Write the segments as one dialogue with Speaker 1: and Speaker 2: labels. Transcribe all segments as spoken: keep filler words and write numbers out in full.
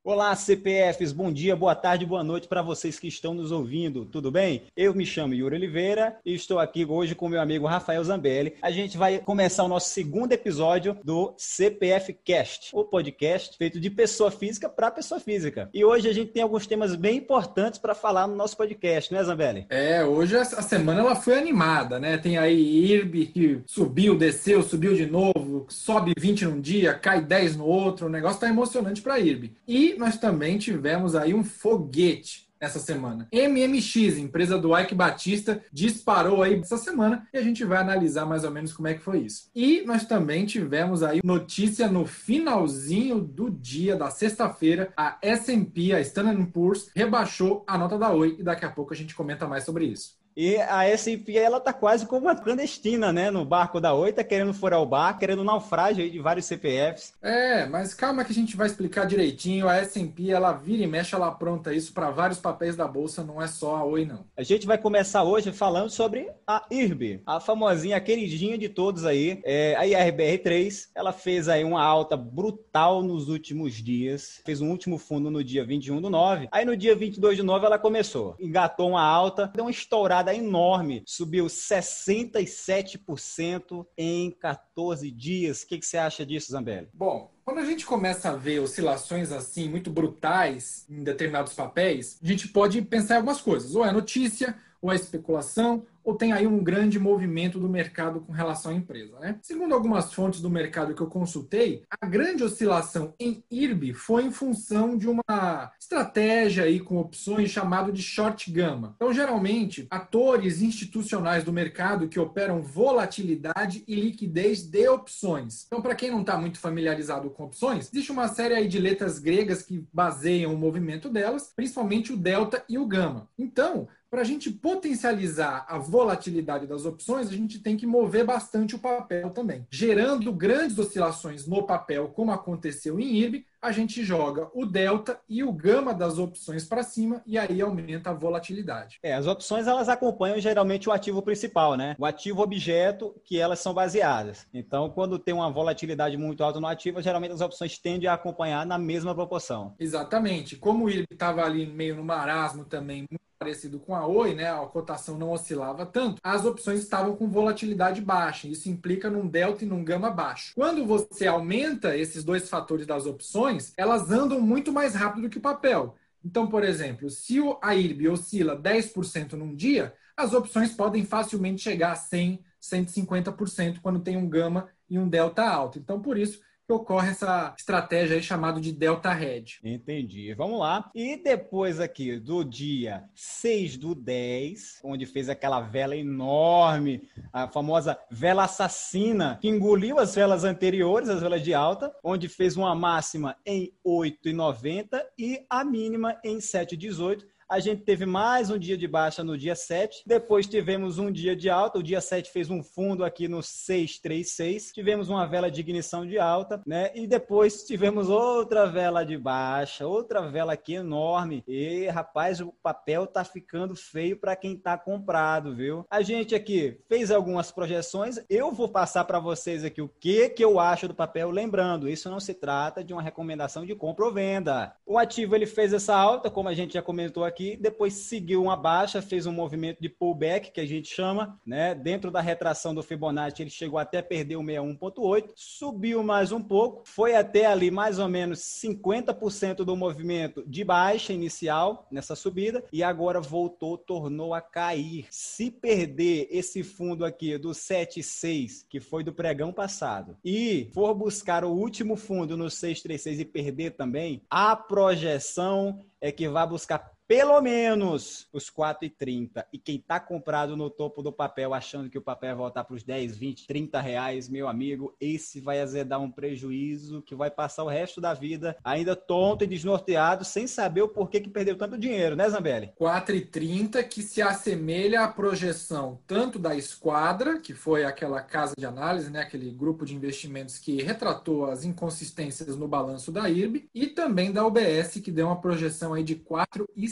Speaker 1: Olá, C P Fs, bom dia, boa tarde, boa noite para vocês que estão nos ouvindo, tudo bem? Eu me chamo Yuri Oliveira e estou aqui hoje com meu amigo Rafael Zambelli. A gente vai começar o nosso segundo episódio do C P F Cast, o podcast feito de pessoa física para pessoa física. E hoje a gente tem alguns temas bem importantes para falar no nosso podcast, né, Zambelli?
Speaker 2: É, hoje a semana ela foi animada, né? Tem aí I R B que subiu, desceu, subiu de novo, sobe vinte num dia, cai dez no outro, o negócio tá emocionante para I R B. E nós também tivemos aí um foguete essa semana. M M X, empresa do Ike Batista, disparou aí essa semana e a gente vai analisar mais ou menos como é que foi isso. E nós também tivemos aí notícia no finalzinho do dia da sexta-feira, a S and P, a Standard and Poor's, rebaixou a nota da Oi e daqui a pouco a gente comenta mais sobre isso.
Speaker 1: E a S and P, ela tá quase como uma clandestina, né? No barco da Oi, tá querendo furar o barco, querendo um naufrágio aí de vários C P Fs.
Speaker 2: É, mas calma que a gente vai explicar direitinho. A S and P, ela vira e mexe, ela apronta isso para vários papéis da Bolsa, não é só a Oi, não.
Speaker 1: A gente vai começar hoje falando sobre a I R B, a famosinha, a queridinha de todos aí. É, a I R B R três, ela fez aí uma alta brutal nos últimos dias. Fez um último fundo no dia vinte e um do nove. Aí no dia vinte e dois do nove ela começou. Engatou uma alta, deu uma estourada enorme, subiu sessenta e sete por cento em quatorze dias. O que, que você acha disso, Zambelli?
Speaker 2: Bom, quando a gente começa a ver oscilações assim muito brutais em determinados papéis, a gente pode pensar em algumas coisas. Ou é notícia, ou é especulação, ou tem aí um grande movimento do mercado com relação à empresa, né? Segundo algumas fontes do mercado que eu consultei, a grande oscilação em I R B foi em função de uma estratégia aí com opções chamado de short gamma. Então, geralmente, atores institucionais do mercado que operam volatilidade e liquidez de opções. Então, para quem não está muito familiarizado com opções, existe uma série aí de letras gregas que baseiam o movimento delas, principalmente o delta e o gama. Então, para a gente potencializar a volatilidade das opções, a gente tem que mover bastante o papel também. Gerando grandes oscilações no papel, como aconteceu em I R B, a gente joga o delta e o gama das opções para cima e aí aumenta a volatilidade.
Speaker 1: É, as opções elas acompanham geralmente o ativo principal, né? O ativo objeto que elas são baseadas. Então, quando tem uma volatilidade muito alta no ativo, geralmente as opções tendem a acompanhar na mesma proporção.
Speaker 2: Exatamente. Como o I R B estava ali meio no marasmo também, muito parecido com a Oi, né? A cotação não oscilava tanto, as opções estavam com volatilidade baixa. Isso implica num delta e num gama baixo. Quando você aumenta esses dois fatores das opções, elas andam muito mais rápido do que o papel. Então, por exemplo, se a I R B oscila dez por cento num dia, as opções podem facilmente chegar a cem por cento, cento e cinquenta por cento quando tem um gama e um delta alto. Então, por isso que ocorre essa estratégia aí chamada de delta hedge.
Speaker 1: Entendi. Vamos lá. E depois aqui do dia seis do dez, onde fez aquela vela enorme, a famosa vela assassina, que engoliu as velas anteriores, as velas de alta, onde fez uma máxima em oito e noventa e a mínima em sete e dezoito. A gente teve mais um dia de baixa no dia sete, depois tivemos um dia de alta, o dia sete fez um fundo aqui no seiscentos e trinta e seis, tivemos uma vela de ignição de alta, né? E depois tivemos outra vela de baixa, outra vela aqui enorme. E, rapaz, o papel tá ficando feio para quem tá comprado, viu? A gente aqui fez algumas projeções, eu vou passar para vocês aqui o que que eu acho do papel, lembrando, isso não se trata de uma recomendação de compra ou venda. O ativo, ele fez essa alta, como a gente já comentou aqui, Aqui, depois seguiu uma baixa, fez um movimento de pullback, que a gente chama, né? Dentro da retração do Fibonacci, ele chegou até a perder o sessenta e um ponto oito, subiu mais um pouco, foi até ali mais ou menos cinquenta por cento do movimento de baixa inicial nessa subida e agora voltou, tornou a cair. Se perder esse fundo aqui do sete vírgula seis, que foi do pregão passado, e for buscar o último fundo no seiscentos e trinta e seis e perder também, a projeção é que vai buscar pelo menos os quatro e trinta. E quem está comprado no topo do papel, achando que o papel vai voltar para os dez, vinte, trinta reais, meu amigo, esse vai azedar um prejuízo que vai passar o resto da vida ainda tonto e desnorteado, sem saber o porquê que perdeu tanto dinheiro, né, Zambelli?
Speaker 2: quatro e trinta, que se assemelha à projeção tanto da Esquadra, que foi aquela casa de análise, né, aquele grupo de investimentos que retratou as inconsistências no balanço da I R B, e também da U B S, que deu uma projeção aí de quatro e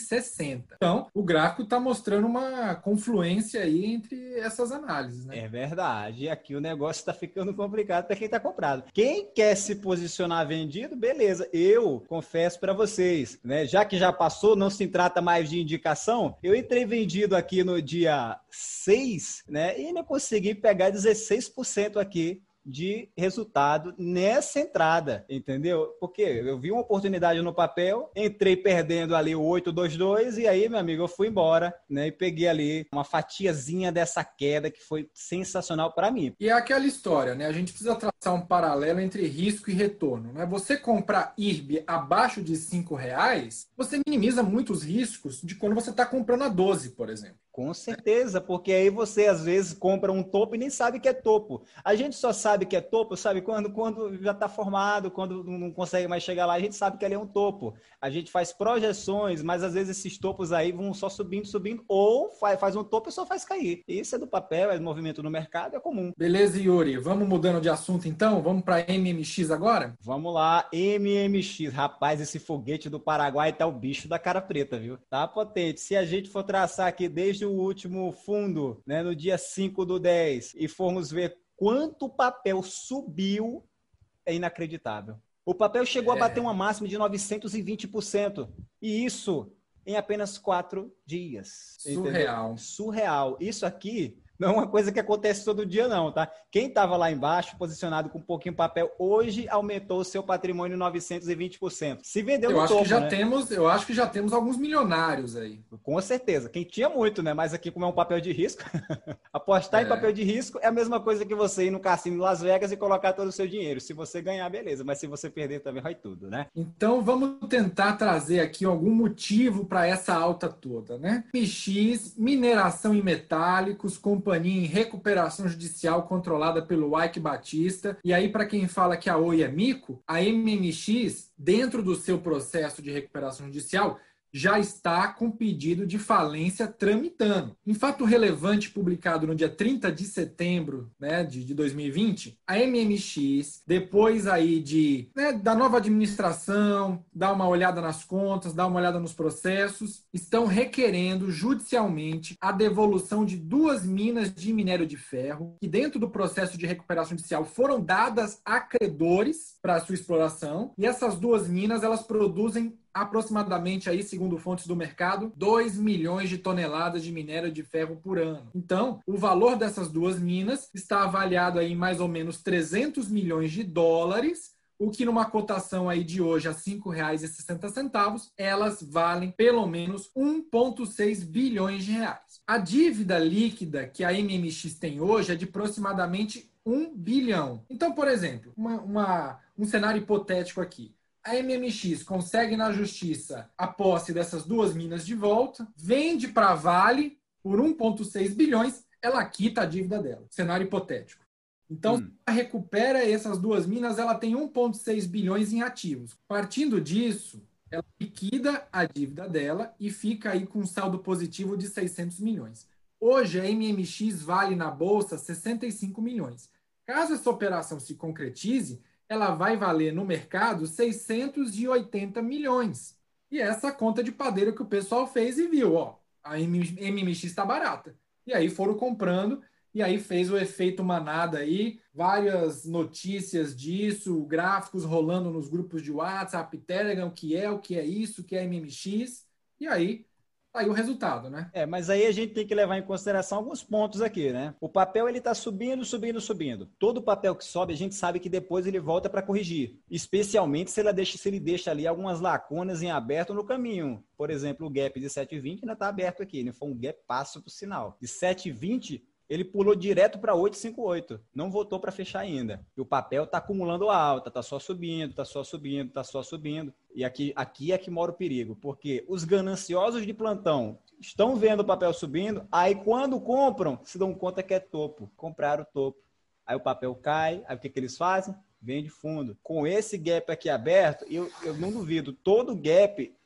Speaker 2: sessenta. Então, o gráfico está mostrando uma confluência aí entre essas análises, né?
Speaker 1: É verdade. E aqui o negócio está ficando complicado para quem está comprado. Quem quer se posicionar vendido, beleza. Eu confesso para vocês, né? Já que já passou, não se trata mais de indicação. Eu entrei vendido aqui no dia seis, né? E ainda consegui pegar dezesseis por cento aqui de resultado nessa entrada, entendeu? Porque eu vi uma oportunidade no papel, entrei perdendo ali o oito dois dois e aí, meu amigo, eu fui embora, né? E peguei ali uma fatiazinha dessa queda que foi sensacional para mim.
Speaker 2: E é aquela história, né? A gente precisa traçar um paralelo entre risco e retorno, né? Você comprar I R B abaixo de cinco reais, você minimiza muitos riscos de quando você está comprando a doze, por exemplo.
Speaker 1: Com certeza, porque aí você às vezes compra um topo e nem sabe que é topo. A gente só sabe que é topo, sabe quando? Quando já está formado, quando não consegue mais chegar lá, a gente sabe que ele é um topo. A gente faz projeções, mas às vezes esses topos aí vão só subindo, subindo, ou faz, faz um topo e só faz cair. Isso é do papel, é do movimento no mercado, é comum.
Speaker 2: Beleza, Yuri. Vamos mudando de assunto então? Vamos para M M X agora?
Speaker 1: Vamos lá, M M X. Rapaz, esse foguete do Paraguai tá o bicho da cara preta, viu? Tá potente. Se a gente for traçar aqui desde o último fundo, né, no dia cinco do dez, e formos ver quanto o papel subiu, é inacreditável. O papel chegou é. a bater uma máxima de novecentos e vinte por cento. E isso em apenas quatro dias.
Speaker 2: Surreal.
Speaker 1: Entendeu? Surreal. Isso aqui não é uma coisa que acontece todo dia, não, tá? Quem estava lá embaixo, posicionado com um pouquinho de papel, hoje aumentou o seu patrimônio em novecentos e vinte por cento. Se vendeu no
Speaker 2: eu acho
Speaker 1: topo,
Speaker 2: que já
Speaker 1: né?
Speaker 2: temos, eu acho que já temos alguns milionários aí.
Speaker 1: Com certeza. Quem tinha muito, né? Mas aqui, como é um papel de risco, apostar é. em papel de risco é a mesma coisa que você ir no cassino em Las Vegas e colocar todo o seu dinheiro. Se você ganhar, beleza. Mas se você perder, também vai tudo, né?
Speaker 2: Então, vamos tentar trazer aqui algum motivo para essa alta toda, né? M X, mineração em metálicos, companhia em recuperação judicial controlada pelo Ike Batista. E aí, para quem fala que a Oi é mico, a M M X, dentro do seu processo de recuperação judicial, já está com pedido de falência tramitando. Em fato relevante publicado no dia trinta de setembro, né, de, de dois mil e vinte, a M M X, depois aí de, né, da nova administração, dar uma olhada nas contas, dar uma olhada nos processos, estão requerendo judicialmente a devolução de duas minas de minério de ferro que dentro do processo de recuperação judicial foram dadas a credores para a sua exploração, e essas duas minas elas produzem aproximadamente, aí, segundo fontes do mercado, dois milhões de toneladas de minério de ferro por ano. Então, o valor dessas duas minas está avaliado aí em mais ou menos trezentos milhões de dólares, o que numa cotação aí de hoje a cinco reais e sessenta centavos, elas valem pelo menos um vírgula seis bilhões de reais. A dívida líquida que a M M X tem hoje é de aproximadamente um bilhão. Então, por exemplo, uma, uma, um cenário hipotético aqui. A M M X consegue na justiça a posse dessas duas minas de volta, vende para a Vale por um vírgula seis bilhões, ela quita a dívida dela. Cenário hipotético. Então, hum. se ela recupera essas duas minas, ela tem um vírgula seis bilhões em ativos. Partindo disso, ela liquida a dívida dela e fica aí com um saldo positivo de seiscentos milhões. Hoje, a M M X vale na bolsa sessenta e cinco milhões. Caso essa operação se concretize, ela vai valer no mercado seiscentos e oitenta milhões. E essa conta de padeiro que o pessoal fez e viu, ó, a M M X está barata. E aí foram comprando, e aí fez o efeito manada aí, várias notícias disso, gráficos rolando nos grupos de WhatsApp, Telegram, o que é, o que é isso, o que é M M X, e aí aí o resultado, né?
Speaker 1: É, mas aí a gente tem que levar em consideração alguns pontos aqui, né? O papel, ele tá subindo, subindo, subindo. Todo papel que sobe, a gente sabe que depois ele volta para corrigir. Especialmente se ele, deixa, se ele deixa ali algumas lacunas em aberto no caminho. Por exemplo, o gap de sete e vinte ainda está aberto aqui, né? Foi um gap passo pro sinal. De sete e vinte, ele pulou direto para oito e cinquenta e oito. Não voltou para fechar ainda. E o papel está acumulando alta, está só subindo, está só subindo, está só subindo. E aqui, aqui é que mora o perigo, porque os gananciosos de plantão estão vendo o papel subindo, aí quando compram, se dão conta que é topo. Compraram o topo. Aí o papel cai, aí o que, que eles fazem? Vende fundo. Com esse gap aqui aberto, eu, eu não duvido, todo gap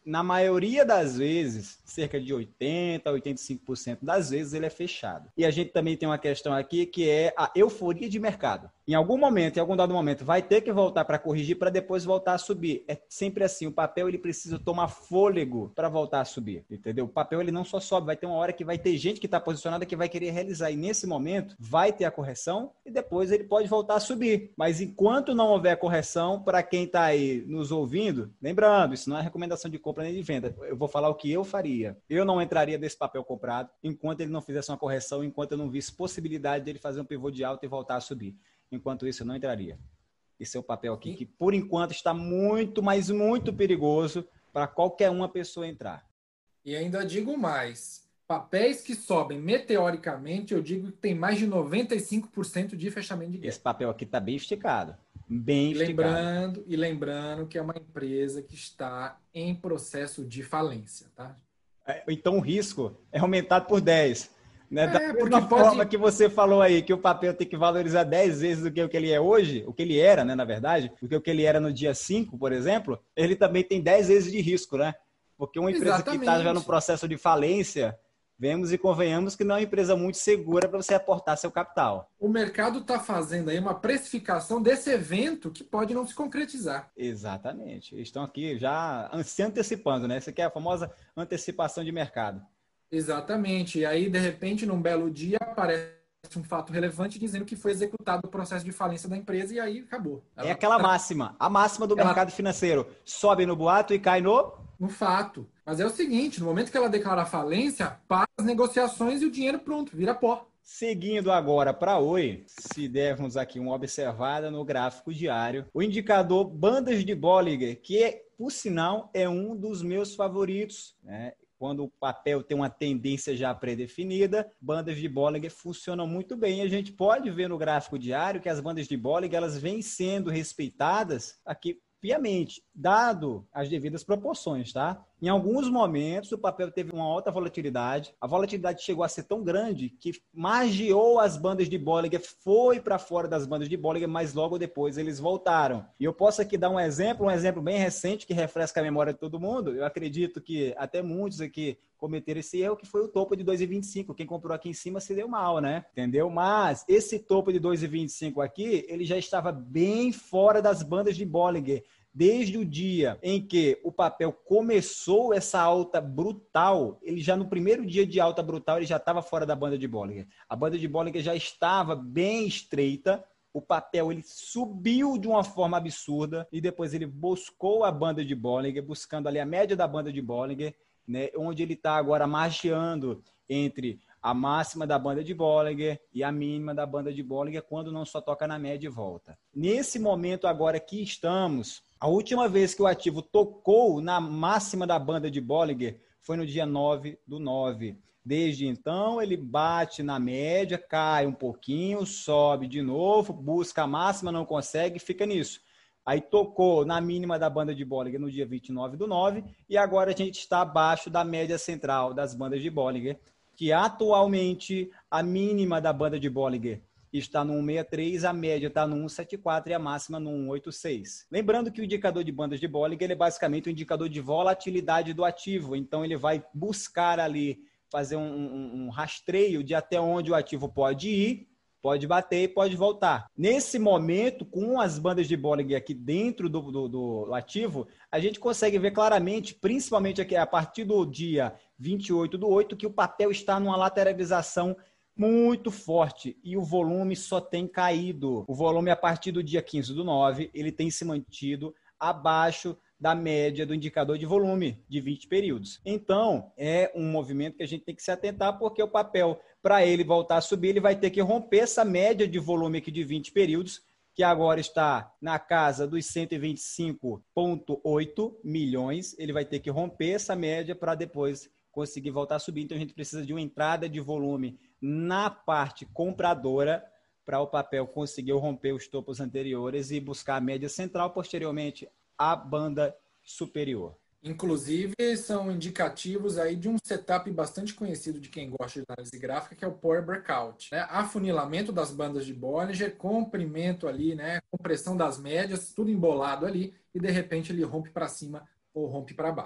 Speaker 1: na maioria das vezes, cerca de oitenta, oitenta e cinco por cento das vezes ele é fechado. E a gente também tem uma questão aqui que é a euforia de mercado. Em algum momento, em algum dado momento, vai ter que voltar para corrigir para depois voltar a subir. É sempre assim, o papel ele precisa tomar fôlego para voltar a subir, entendeu? O papel ele não só sobe, vai ter uma hora que vai ter gente que está posicionada que vai querer realizar. E nesse momento vai ter a correção e depois ele pode voltar a subir. Mas enquanto não houver correção, para quem está aí nos ouvindo, lembrando, isso não é recomendação de compra nem de venda. Eu vou falar o que eu faria. Eu não entraria nesse papel comprado enquanto ele não fizesse uma correção, enquanto eu não visse possibilidade dele fazer um pivô de alta e voltar a subir. Enquanto isso, eu não entraria. Esse é o papel aqui que, por enquanto, está muito, mas muito perigoso para qualquer uma pessoa entrar.
Speaker 2: E ainda digo mais. Papéis que sobem meteoricamente, eu digo que tem mais de noventa e cinco por cento de fechamento de gap.
Speaker 1: Esse papel aqui está bem esticado. Bem
Speaker 2: e
Speaker 1: esticado.
Speaker 2: Lembrando, e lembrando que é uma empresa que está em processo de falência, tá?
Speaker 1: Então, o risco é aumentado por dez. Né? Da
Speaker 2: É,
Speaker 1: mesma
Speaker 2: porque
Speaker 1: forma
Speaker 2: pode...
Speaker 1: que você falou aí, que o papel tem que valorizar dez vezes do que o que ele é hoje, o que ele era, né, na verdade, do que o que ele era no dia cinco, por exemplo, ele também tem dez vezes de risco, né? Porque uma empresa Exatamente. que está já no processo de falência, vemos e convenhamos que não é uma empresa muito segura para você aportar seu capital.
Speaker 2: O mercado está fazendo aí uma precificação desse evento que pode não se concretizar.
Speaker 1: Exatamente. Estão aqui já se antecipando, né? Essa aqui é a famosa antecipação de mercado.
Speaker 2: Exatamente. E aí, de repente, num belo dia, aparece um fato relevante dizendo que foi executado o processo de falência da empresa e aí acabou.
Speaker 1: Ela... É aquela máxima, a máxima do
Speaker 2: ela...
Speaker 1: mercado financeiro. Sobe no boato e cai no...
Speaker 2: No fato. Mas é o seguinte, no momento que ela declara falência, para as negociações e o dinheiro pronto, vira pó.
Speaker 1: Seguindo agora para Oi, se dermos aqui uma observada no gráfico diário, o indicador bandas de Bollinger, que, é, por sinal, é um dos meus favoritos, né? Quando o papel tem uma tendência já pré-definida, bandas de Bollinger funcionam muito bem. E a gente pode ver no gráfico diário que as bandas de Bollinger elas vêm sendo respeitadas aqui piamente, dado as devidas proporções, tá? Em alguns momentos, o papel teve uma alta volatilidade. A volatilidade chegou a ser tão grande que magiou as bandas de Bollinger, foi para fora das bandas de Bollinger, mas logo depois eles voltaram. E eu posso aqui dar um exemplo, um exemplo bem recente que refresca a memória de todo mundo. Eu acredito que até muitos aqui cometeram esse erro, que foi o topo de dois e vinte e cinco. Quem comprou aqui em cima se deu mal, né? Entendeu? Mas esse topo de dois e vinte e cinco aqui, ele já estava bem fora das bandas de Bollinger. Desde o dia em que o papel começou essa alta brutal, ele já no primeiro dia de alta brutal, ele já estava fora da banda de Bollinger. A banda de Bollinger já estava bem estreita, o papel ele subiu de uma forma absurda e depois ele buscou a banda de Bollinger, buscando ali a média da banda de Bollinger, né, onde ele está agora margeando entre a máxima da banda de Bollinger e a mínima da banda de Bollinger, quando não só toca na média e volta. Nesse momento agora que estamos, a última vez que o ativo tocou na máxima da banda de Bollinger foi no dia nove do nove. Desde então, ele bate na média, cai um pouquinho, sobe de novo, busca a máxima, não consegue, fica nisso. Aí tocou na mínima da banda de Bollinger no dia vinte e nove do nove e agora a gente está abaixo da média central das bandas de Bollinger, que atualmente a mínima da banda de Bollinger está no cento e sessenta e três, a média está no cento e setenta e quatro e a máxima no cento e oitenta e seis. Lembrando que o indicador de bandas de Bollinger ele é basicamente um indicador de volatilidade do ativo, então ele vai buscar ali fazer um, um, um rastreio de até onde o ativo pode ir, pode bater e pode voltar. Nesse momento, com as bandas de Bollinger aqui dentro do, do, do ativo, a gente consegue ver claramente, principalmente aqui a partir do dia vinte e oito do oito, que o papel está numa lateralização muito forte e o volume só tem caído. O volume a partir do dia quinze do nove, ele tem se mantido abaixo da média do indicador de volume de vinte períodos. Então, é um movimento que a gente tem que se atentar, porque o papel, para ele voltar a subir, ele vai ter que romper essa média de volume aqui de vinte períodos, que agora está na casa dos cento e vinte e cinco vírgula oito milhões. Ele vai ter que romper essa média para depois conseguir voltar a subir. Então, a gente precisa de uma entrada de volume na parte compradora para o papel conseguir romper os topos anteriores e buscar a média central, posteriormente a banda superior.
Speaker 2: Inclusive, são indicativos aí de um setup bastante conhecido de quem gosta de análise gráfica, que é o Power Breakout, né? Afunilamento das bandas de Bollinger, comprimento ali, né? Compressão das médias, tudo embolado ali, e de repente ele rompe para cima ou rompe para baixo.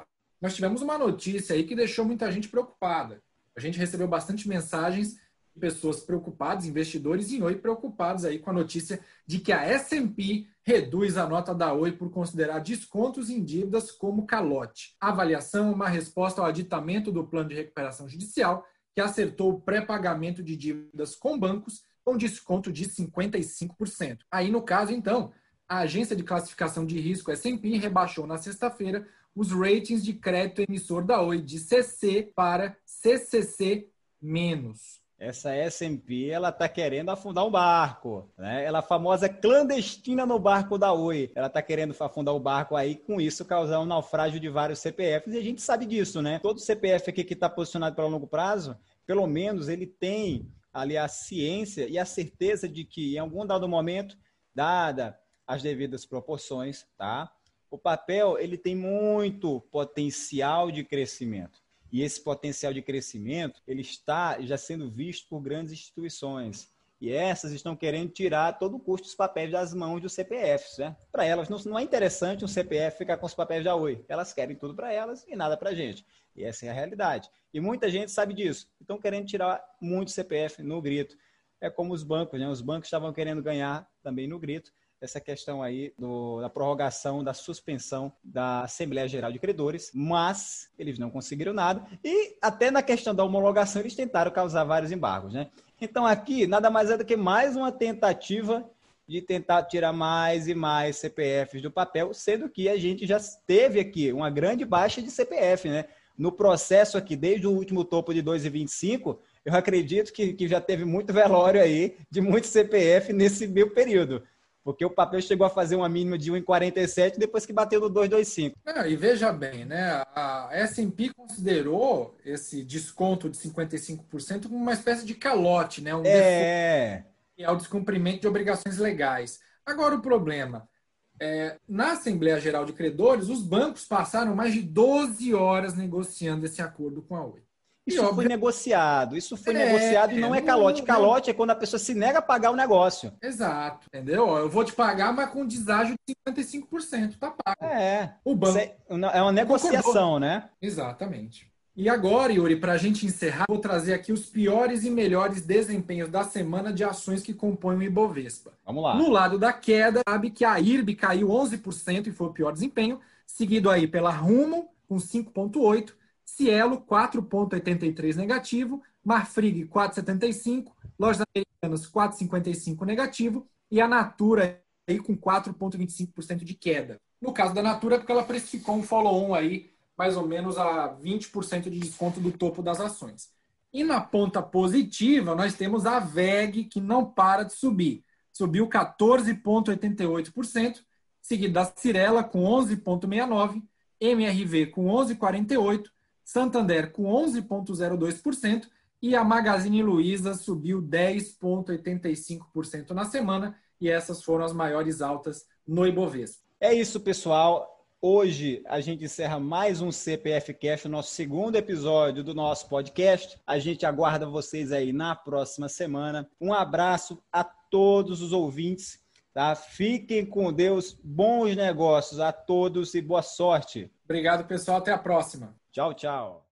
Speaker 2: nós tivemos uma notícia aí que deixou muita gente preocupada. A gente recebeu bastante mensagens de pessoas preocupadas, investidores em Oi preocupados aí com a notícia de que a S and P reduz a nota da Oi por considerar descontos em dívidas como calote. A avaliação é uma resposta ao aditamento do plano de recuperação judicial que acertou o pré-pagamento de dívidas com bancos com desconto de cinquenta e cinco por cento. Aí, no caso, então, a agência de classificação de risco S and P rebaixou na sexta-feira os ratings de crédito emissor da Oi de C C para C C C menos.
Speaker 1: Essa S and P, ela está querendo afundar um barco, né? Ela é a famosa clandestina no barco da Oi. Ela está querendo afundar o barco aí, com isso causar um naufrágio de vários C P Fs. E a gente sabe disso, né? Todo C P F aqui que está posicionado para longo prazo, pelo menos ele tem ali a ciência e a certeza de que em algum dado momento, dada as devidas proporções, tá? O papel, ele tem muito potencial de crescimento. E esse potencial de crescimento, ele está já sendo visto por grandes instituições. E essas estão querendo tirar todo o custo dos papéis das mãos dos C P Fs, né? Para elas não, não é interessante um C P F ficar com os papéis da Oi. Elas querem tudo para elas e nada para a gente. E essa é a realidade. E muita gente sabe disso. Estão querendo tirar muito C P F no grito. É como os bancos, né? Os bancos estavam querendo ganhar também no grito essa questão aí do, da prorrogação, da suspensão da Assembleia Geral de Credores, mas eles não conseguiram nada. E até na questão da homologação eles tentaram causar vários embargos, né? Então aqui nada mais é do que mais uma tentativa de tentar tirar mais e mais C P Fs do papel, sendo que a gente já teve aqui uma grande baixa de C P F, né? No processo aqui, desde o último topo de dois vírgula vinte e cinco, eu acredito que, que já teve muito velório aí de muito C P F nesse meio período. Porque o papel chegou a fazer uma mínima de um vírgula quarenta e sete depois que bateu no dois vírgula vinte e cinco.
Speaker 2: É, e veja bem, né? A S and P considerou esse desconto de cinquenta e cinco por cento como uma espécie de calote, né? Um
Speaker 1: é...
Speaker 2: é o descumprimento de obrigações legais. Agora o problema, é, na Assembleia Geral de Credores, os bancos passaram mais de doze horas negociando esse acordo com a Oi.
Speaker 1: Isso e, foi negociado, isso foi
Speaker 2: é,
Speaker 1: negociado e não é calote. Calote é quando a pessoa se nega a pagar o negócio.
Speaker 2: Exato, entendeu? Eu vou te pagar, mas com deságio de cinquenta e cinco por cento, tá pago.
Speaker 1: É,
Speaker 2: o banco
Speaker 1: é uma negociação, concordou. Né?
Speaker 2: Exatamente. E agora, Yuri, para a gente encerrar, vou trazer aqui os piores e melhores desempenhos da semana de ações que compõem o Ibovespa.
Speaker 1: Vamos lá.
Speaker 2: No lado da queda, sabe que a I R B caiu onze por cento e foi o pior desempenho, seguido aí pela Rumo, com cinco vírgula oito por cento, Cielo, quatro vírgula oitenta e três por cento negativo, Marfrig, quatro vírgula setenta e cinco por cento, Lojas Americanas, quatro vírgula cinquenta e cinco por cento negativo, e a Natura aí com quatro vírgula vinte e cinco por cento de queda. No caso da Natura, é porque ela precificou um follow-on aí, mais ou menos a vinte por cento de desconto do topo das ações. E na ponta positiva, nós temos a V E G, que não para de subir. Subiu quatorze vírgula oitenta e oito por cento, seguido da Cyrela com onze vírgula sessenta e nove por cento, M R V com onze vírgula quarenta e oito por cento, Santander com onze vírgula zero dois por cento e a Magazine Luiza subiu dez vírgula oitenta e cinco por cento na semana, e essas foram as maiores altas no Ibovespa.
Speaker 1: É isso, pessoal. Hoje a gente encerra mais um C P F Cast, o nosso segundo episódio do nosso podcast. A gente aguarda vocês aí na próxima semana. Um abraço a todos os ouvintes, tá? Fiquem com Deus, bons negócios a todos e boa sorte.
Speaker 2: Obrigado, pessoal. Até a próxima.
Speaker 1: Tchau, tchau.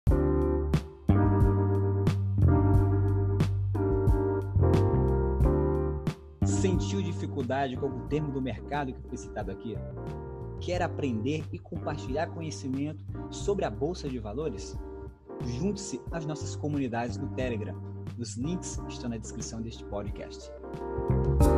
Speaker 1: Sentiu dificuldade com algum termo do mercado que foi citado aqui? Quer aprender e compartilhar conhecimento sobre a Bolsa de Valores? Junte-se às nossas comunidades no Telegram. Os links estão na descrição deste podcast.